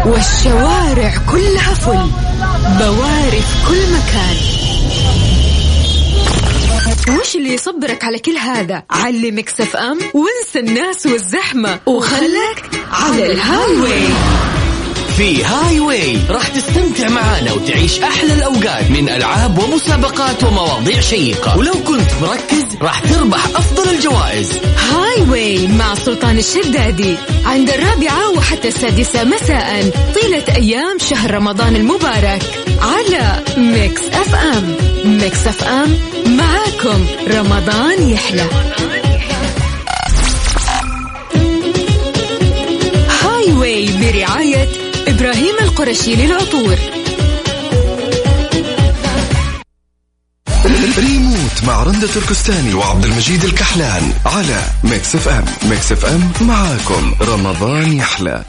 والشوارع كلها فل، بواري في كل مكان. وش اللي يصبرك على كل هذا؟ علي ميكس اف ام وانسى الناس والزحمة وخلك على الهاي واي. في هاي واي راح تستمتع معانا وتعيش أحلى الأوقات من ألعاب ومسابقات ومواضيع شيقة، ولو كنت مركز راح تربح أفضل الجوائز. هاي واي مع سلطان الشدادي عند 4 وحتى 6 مساء طيلة أيام شهر رمضان المبارك على ميكس اف ام. ميكس اف ام معاكم رمضان يحلى. هاي واي برعاية إبراهيم القرشي للعطور. ريموت مع رندة تركستاني وعبد المجيد الكحلان على ميكس اف ام. ميكس اف ام معاكم رمضان يحلى.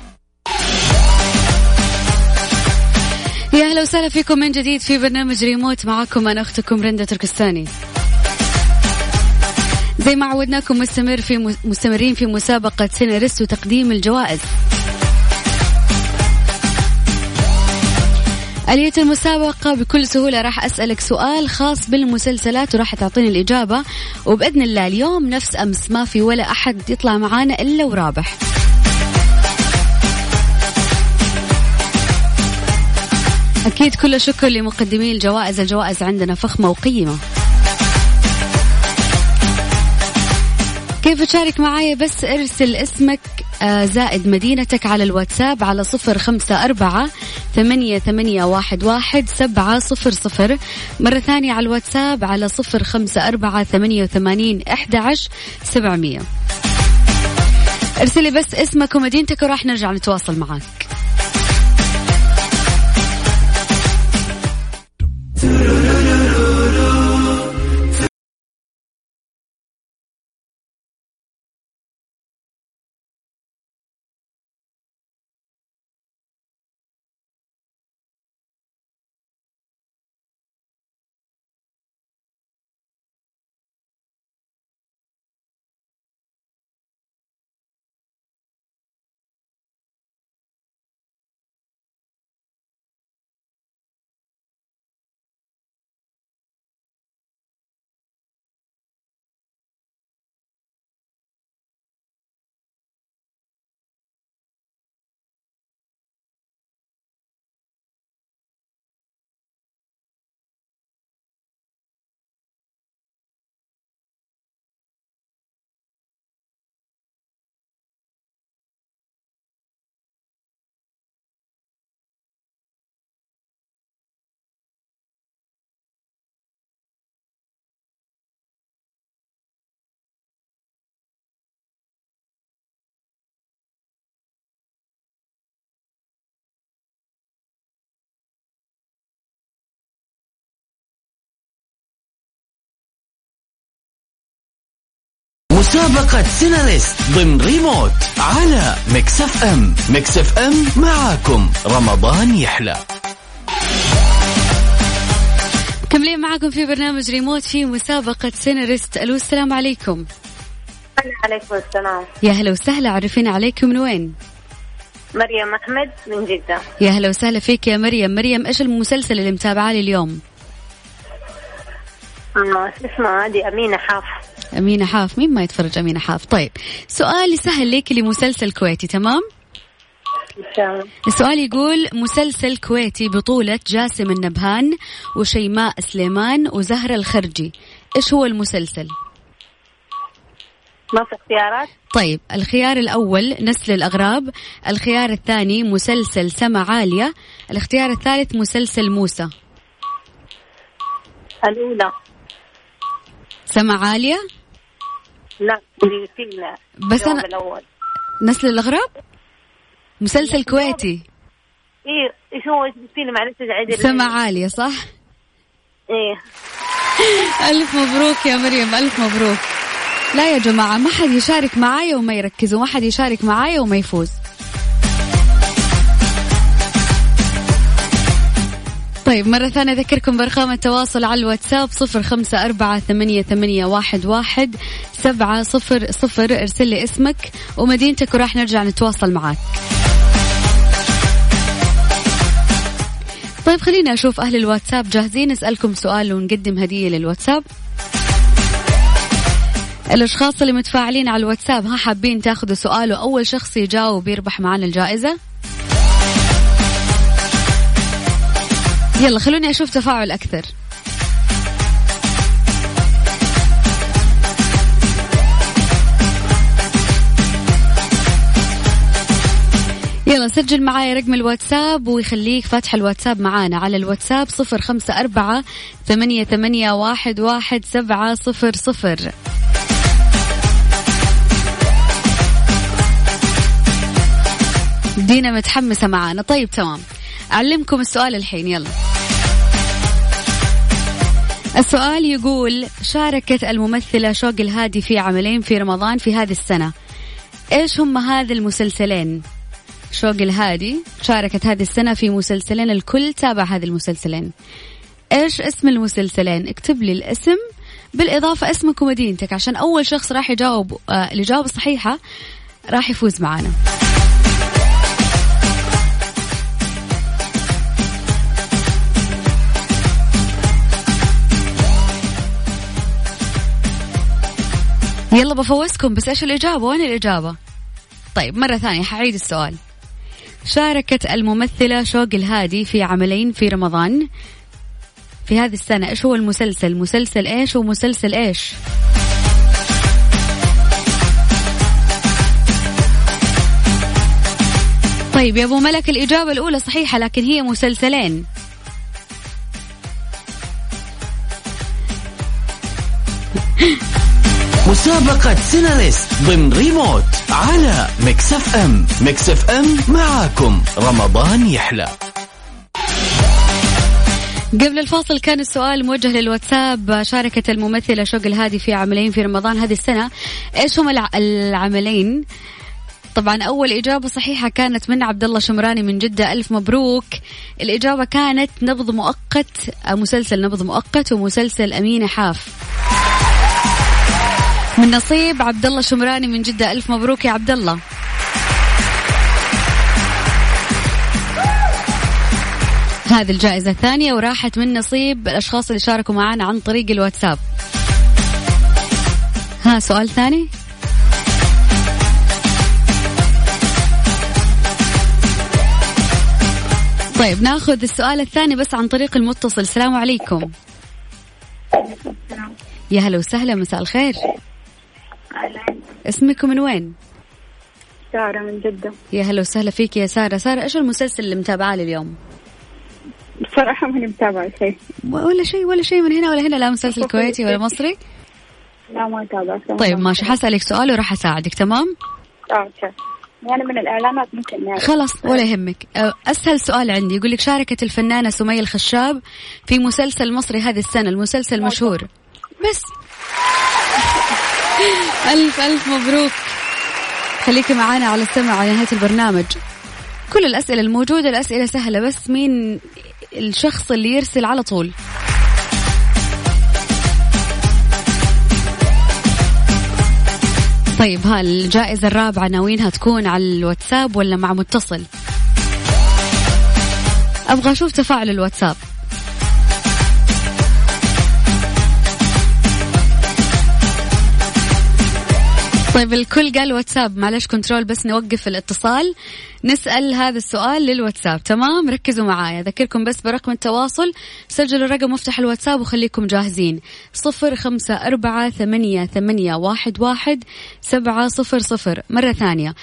يا أهلا وسهلا فيكم من جديد في برنامج ريموت، معاكم أنا أختكم رندة تركستاني. زي ما عودناكم مستمرين في مسابقة سيناريست وتقديم الجوائز. آلية المسابقة بكل سهولة راح أسألك سؤال خاص بالمسلسلات وراح تعطيني الإجابة، وبإذن الله اليوم نفس أمس ما في ولا أحد يطلع معانا إلا ورابح. أكيد كل شكر لمقدمي الجوائز، الجوائز عندنا فخمة وقيمة. كيف تشارك معايا؟ بس ارسل اسمك زائد مدينتك على الواتساب على 0548811700. مرة ثانية على الواتساب على 0548811700. ارسلي بس اسمك ومدينتك وراح نرجع نتواصل معاك. مسابقة سيناريست ضمن ريموت على ميكس اف ام. ميكس اف ام معاكم رمضان يحلى. كملين معاكم في برنامج ريموت في مسابقة سيناريست. ألو السلام عليكم. عليكم السلام. يا هلا وسهلا، عرفينا عليكم من وين؟ مريم أحمد من جدة. يا هلا وسهلا فيك يا مريم. مريم إيش المسلسل اللي متابعاه اليوم؟ اسمها هذه أمينة حاف. أمينة حاف، مين ما يتفرج أمينة حاف؟ طيب سؤال سهل ليك لمسلسل كويتي، تمام؟ السؤال يقول مسلسل كويتي بطولة جاسم النبهان وشيماء سليمان وزهرة الخرجي، إيش هو المسلسل؟ ما في اختيارات؟ طيب الخيار الأول نسل الأغراب، الخيار الثاني مسلسل سما عالية، الاختيار الثالث مسلسل موسى. الأولى سما عالية؟ لا فيلم بس أنا الأول. نسل الأغراب مسلسل كويتي. إيه إيش هو الفيلم؟ معلش عادي. سما عالية صح؟ إيه. ألف مبروك يا مريم، ألف مبروك. لا يا جماعة ما حد يشارك معايا وما يركز، وما حد يشارك معايا وما يفوز. طيب مرة ثانية أذكركم بأرقام التواصل على الواتساب 0548811700. ارسل لي اسمك ومدينتك وراح نرجع نتواصل معاك. طيب خلينا أشوف أهل الواتساب جاهزين، نسألكم سؤال ونقدم هدية للواتساب. الأشخاص اللي متفاعلين على الواتساب، ها حابين تاخذوا سؤال وأول شخص يجاوب يربح معنا الجائزة؟ يلا خلوني أشوف تفاعل أكثر. يلا سجل معايا رقم الواتساب ويخليك فاتح الواتساب معانا على الواتساب 0548811700. دينا متحمسة معانا. طيب تمام، أعلمكم السؤال الحين. يلا السؤال يقول: شاركت الممثلة شوق الهادي في عملين في رمضان في هذه السنة، إيش هم هذه المسلسلين؟ شوق الهادي شاركت هذه السنة في مسلسلين، الكل تابع هذه المسلسلين، إيش اسم المسلسلين؟ اكتب لي الاسم بالإضافة اسمك ومدينتك، عشان أول شخص راح يجاوب الإجابة الصحيحة راح يفوز معنا. يلا بفوزكم، بس إيش الإجابة؟ وين الإجابة؟ طيب مرة ثانية حعيد السؤال. شاركت الممثلة شوق الهادي في عملين في رمضان في هذه السنة، إيش هو المسلسل؟ مسلسل إيش ومسلسل إيش؟ طيب يا أبو ملك الإجابة الأولى صحيحة، لكن هي مسلسلين. مسابقة سيناليست ضمن ريموت على ميكس اف ام. ميكس اف ام معاكم رمضان يحلى. قبل الفاصل كان السؤال موجه للواتساب: شاركت الممثلة شوق الهادي في عملين في رمضان هذه السنة، ايش هم العملين؟ طبعا أول إجابة صحيحة كانت من عبد الله شمراني من جدة، ألف مبروك. الإجابة كانت نبض مؤقت، مسلسل نبض مؤقت ومسلسل أمينة حاف. من نصيب عبد الله شمراني من جدة، ألف مبروك يا عبد الله. هذه الجائزة الثانية وراحت من نصيب الأشخاص اللي شاركوا معنا عن طريق الواتساب. ها سؤال ثاني؟ طيب ناخذ السؤال الثاني بس عن طريق المتصل. السلام عليكم. يا هلا وسهلا، مساء الخير. اسمكم من وين؟ سارة من جدة. يا هلا وسهلا فيك يا سارة. سارة إيش المسلسل اللي متابعة اليوم؟ بصراحة ماني متابعة شيء. ولا شيء من هنا ولا هنا، لا مسلسل كويتي ولا مصري؟ لا ما أتابع. طيب ماشي، حسألك سؤال وراح أساعدك. تمام؟ أوكي. يعني من الإعلانات ممكن يعني. خلاص ولا يهمك. أسهل سؤال عندي، يقول لك: شاركت الفنانة سمية الخشاب في مسلسل مصري هذه السنة، المسلسل مشهور. بس ألف مبروك. خليكي معانا على السمع على نهاية البرنامج. كل الأسئلة الموجودة الأسئلة سهلة، بس مين الشخص اللي يرسل على طول. طيب ها الجائزة الرابعة ناوينها تكون على الواتساب ولا مع متصل؟ أبغى أشوف تفاعل الواتساب. طيب الكل قال واتساب، معلش كنترول بس نوقف الاتصال نسأل هذا السؤال للواتساب. تمام؟ ركزوا معايا، أذكركم بس برقم التواصل، سجلوا الرقم وافتح الواتساب وخليكم جاهزين. 0548811700. مرة ثانية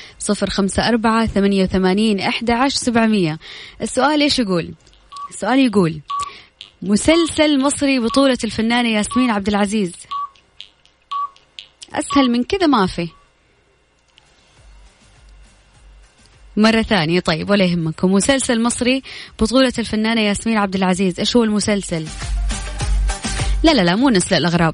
0548811700. السؤال إيش يقول؟ السؤال يقول: مسلسل مصري بطولة الفنانة ياسمين عبد العزيز. أسهل من كذا ما في. مرة ثانية. طيب ولا يهمكم، مسلسل مصري بطولة الفنانة ياسمين عبد العزيز، إيش هو المسلسل؟ لا مو نسل الأغراب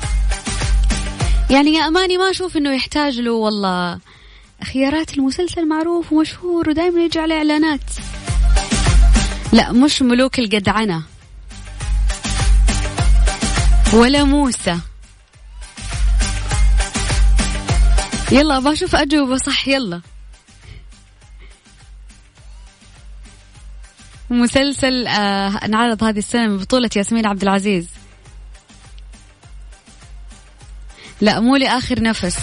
يعني، يا أماني ما أشوف إنه يحتاج له والله خيارات. المسلسل معروف ومشهور ودائما يجي عليه إعلانات. لا مش ملوك الجدعنة ولا موسى. يلا بشوف أجوبة صح. يلا مسلسل انعرض هذه السنة من بطولة ياسمين عبد العزيز. لا مو لآخر نفس.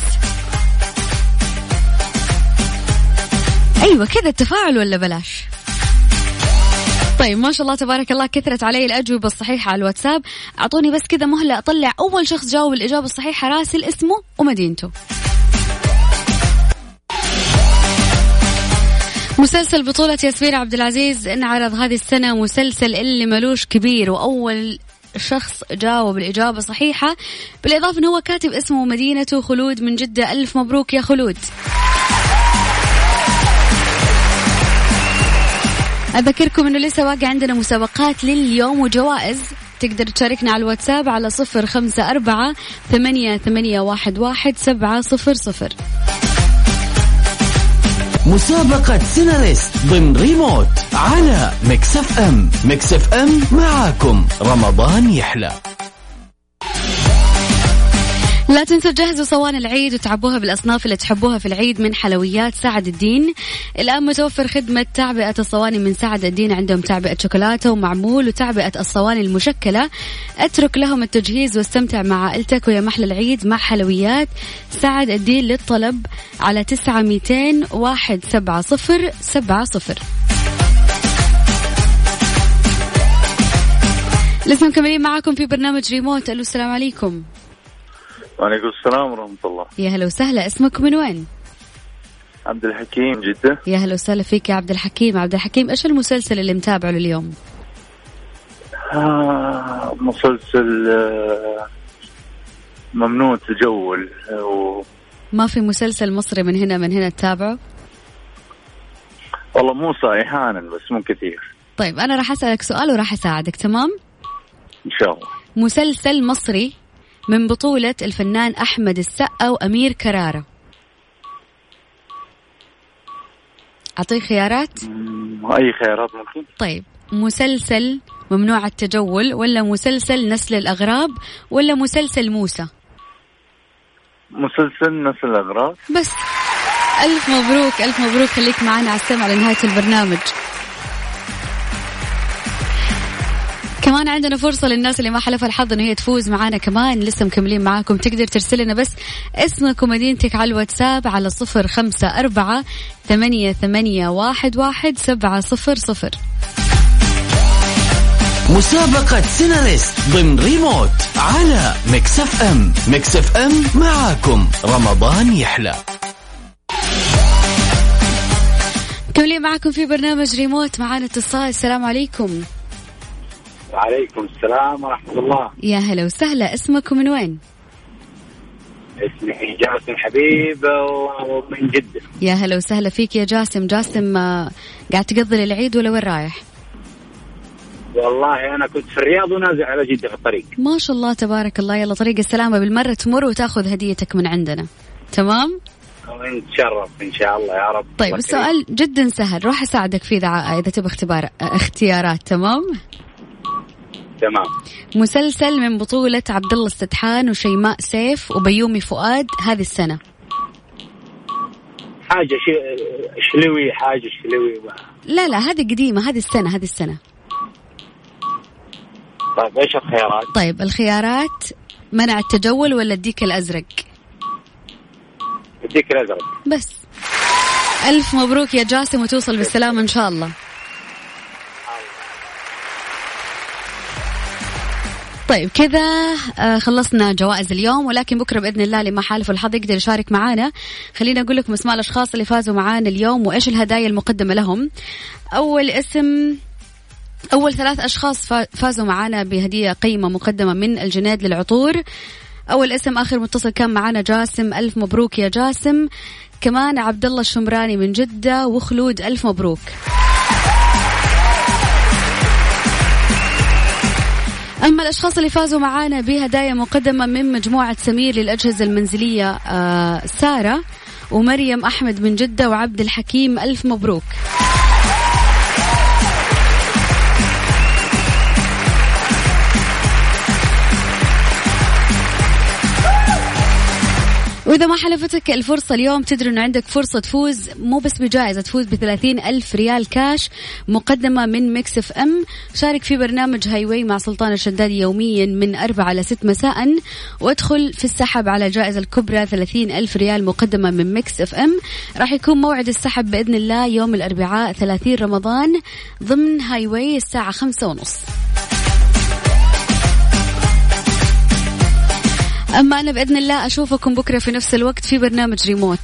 أيوة كذا التفاعل ولا بلاش؟ طيب ما شاء الله تبارك الله كثرت علي الأجوبة الصحيحة على الواتساب. أعطوني بس كذا مهلة أطلع أول شخص جاوب الإجابة الصحيحة راسل اسمه ومدينته. مسلسل بطولة ياسمين عبد العزيز انعرض هذه السنة، مسلسل اللي ملوش كبير، وأول شخص جاوب الإجابة صحيحة، بالإضافة أنه هو كاتب اسمه ومدينته خلود من جدة. ألف مبروك يا خلود. أذكركم أنه لسه واقع عندنا مسابقات لليوم وجوائز، تقدر تشاركنا على الواتساب على 0548811700. مسابقة سيناريست ضمن ريموت على ميكس اف ام. ميكس اف ام معاكم رمضان يحلى. لا تنسوا تجهزوا صوان العيد وتعبوها بالأصناف اللي تحبوها في العيد من حلويات سعد الدين. الآن متوفر خدمة تعبئة الصواني من سعد الدين، عندهم تعبئة شوكولاتة ومعمول وتعبئة الصواني المشكلة. اترك لهم التجهيز واستمتع مع عائلتك ويا محل العيد مع حلويات سعد الدين. للطلب على 92017070. لسه مكملين معاكم في برنامج ريموت. ألو السلام عليكم. وعليكم السلام ورحمة الله. يا هلا وسهلا، اسمك من وين؟ عبد الحكيم جدة. يا هلا وسهلا فيك يا عبد الحكيم. عبد الحكيم إيش المسلسل اللي متابعه اليوم؟ مسلسل ممنوع تجول. ما في مسلسل مصري من هنا تتابعه؟ والله مو صحيحانا بس مو كثير. طيب أنا راح أسألك سؤال وراح أساعدك، تمام؟ إن شاء الله. مسلسل مصري من بطولة الفنان أحمد السقا وأمير كرارة. أعطيك خيارات؟ أي خيارات ممكن؟ طيب مسلسل ممنوع التجول، ولا مسلسل نسل الأغراب، ولا مسلسل موسى؟ مسلسل نسل الأغراب. بس ألف مبروك ألف مبروك، خليك معنا على السمع لنهاية البرنامج. كمان عندنا فرصة للناس اللي ما حلف الحظ إنه هي تفوز معانا كمان. لسه مكملين معاكم، تقدر ترسل لنا بس اسمك ومدينتك على الواتساب على 0548811700. مسابقة سيناريست ضمن ريموت على ميكس اف ام. ميكس اف ام معاكم رمضان يحلى. مكملين معاكم في برنامج ريموت. معانا اتصال. السلام عليكم. وعليكم السلام ورحمة الله. يا هلا وسهلا، اسمك ومن وين؟ اسمي جاسم حبيب ومن جدة. يا هلا وسهلا فيك يا جاسم. جاسم قاعد تقضي العيد ولا وين رايح؟ والله أنا كنت في الرياض ونازل على جدة في الطريق. ما شاء الله تبارك الله. يلا طريق السلامة بالمرة تمر وتاخذ هديتك من عندنا، تمام؟ ونتشرف إن شاء الله يا رب. طيب السؤال جدا سهل، راح أساعدك فيه إذا تبغى اختيارات. تمام؟ تمام. مسلسل من بطولة عبد الله السدحان وشيماء سيف وبيومي فؤاد هذه السنة. حاجة شلوي. لا هذه قديمة، هذه السنة. طيب ايش الخيارات؟ طيب الخيارات: منع التجول ولا الديك الأزرق؟ الديك الأزرق. بس. ألف مبروك يا جاسم وتوصل بالسلامة إن شاء الله. طيب كذا خلصنا جوائز اليوم، ولكن بكرة بإذن الله اللي ما حالف الحظ يقدر يشارك معانا. خلينا أقول لكم اسماء الأشخاص اللي فازوا معانا اليوم وإيش الهدايا المقدمة لهم. أول 3 أشخاص فازوا معانا بهدية قيمة مقدمة من الجنيد للعطور. أول اسم آخر متصل كان معانا جاسم، ألف مبروك يا جاسم. كمان عبد الله الشمراني من جدة وخلود، ألف مبروك. أما الأشخاص اللي فازوا معانا بهدايا مقدمة من مجموعة سمير للأجهزة المنزلية سارة ومريم أحمد من جدة وعبد الحكيم، ألف مبروك. وإذا ما حلفتك الفرصة اليوم تدري أنه عندك فرصة تفوز مو بس بجائزة، تفوز ب30,000 ريال كاش مقدمة من ميكس اف ام. شارك في برنامج هاي واي مع سلطان الشدادي يوميا من 4 إلى 6 مساء، وادخل في السحب على جائزة الكبرى 30,000 ريال مقدمة من ميكس اف ام. راح يكون موعد السحب بإذن الله يوم الأربعاء 30 رمضان ضمن هاي واي الساعة 5:30. أما أنا بإذن الله أشوفكم بكرة في نفس الوقت في برنامج ريموت.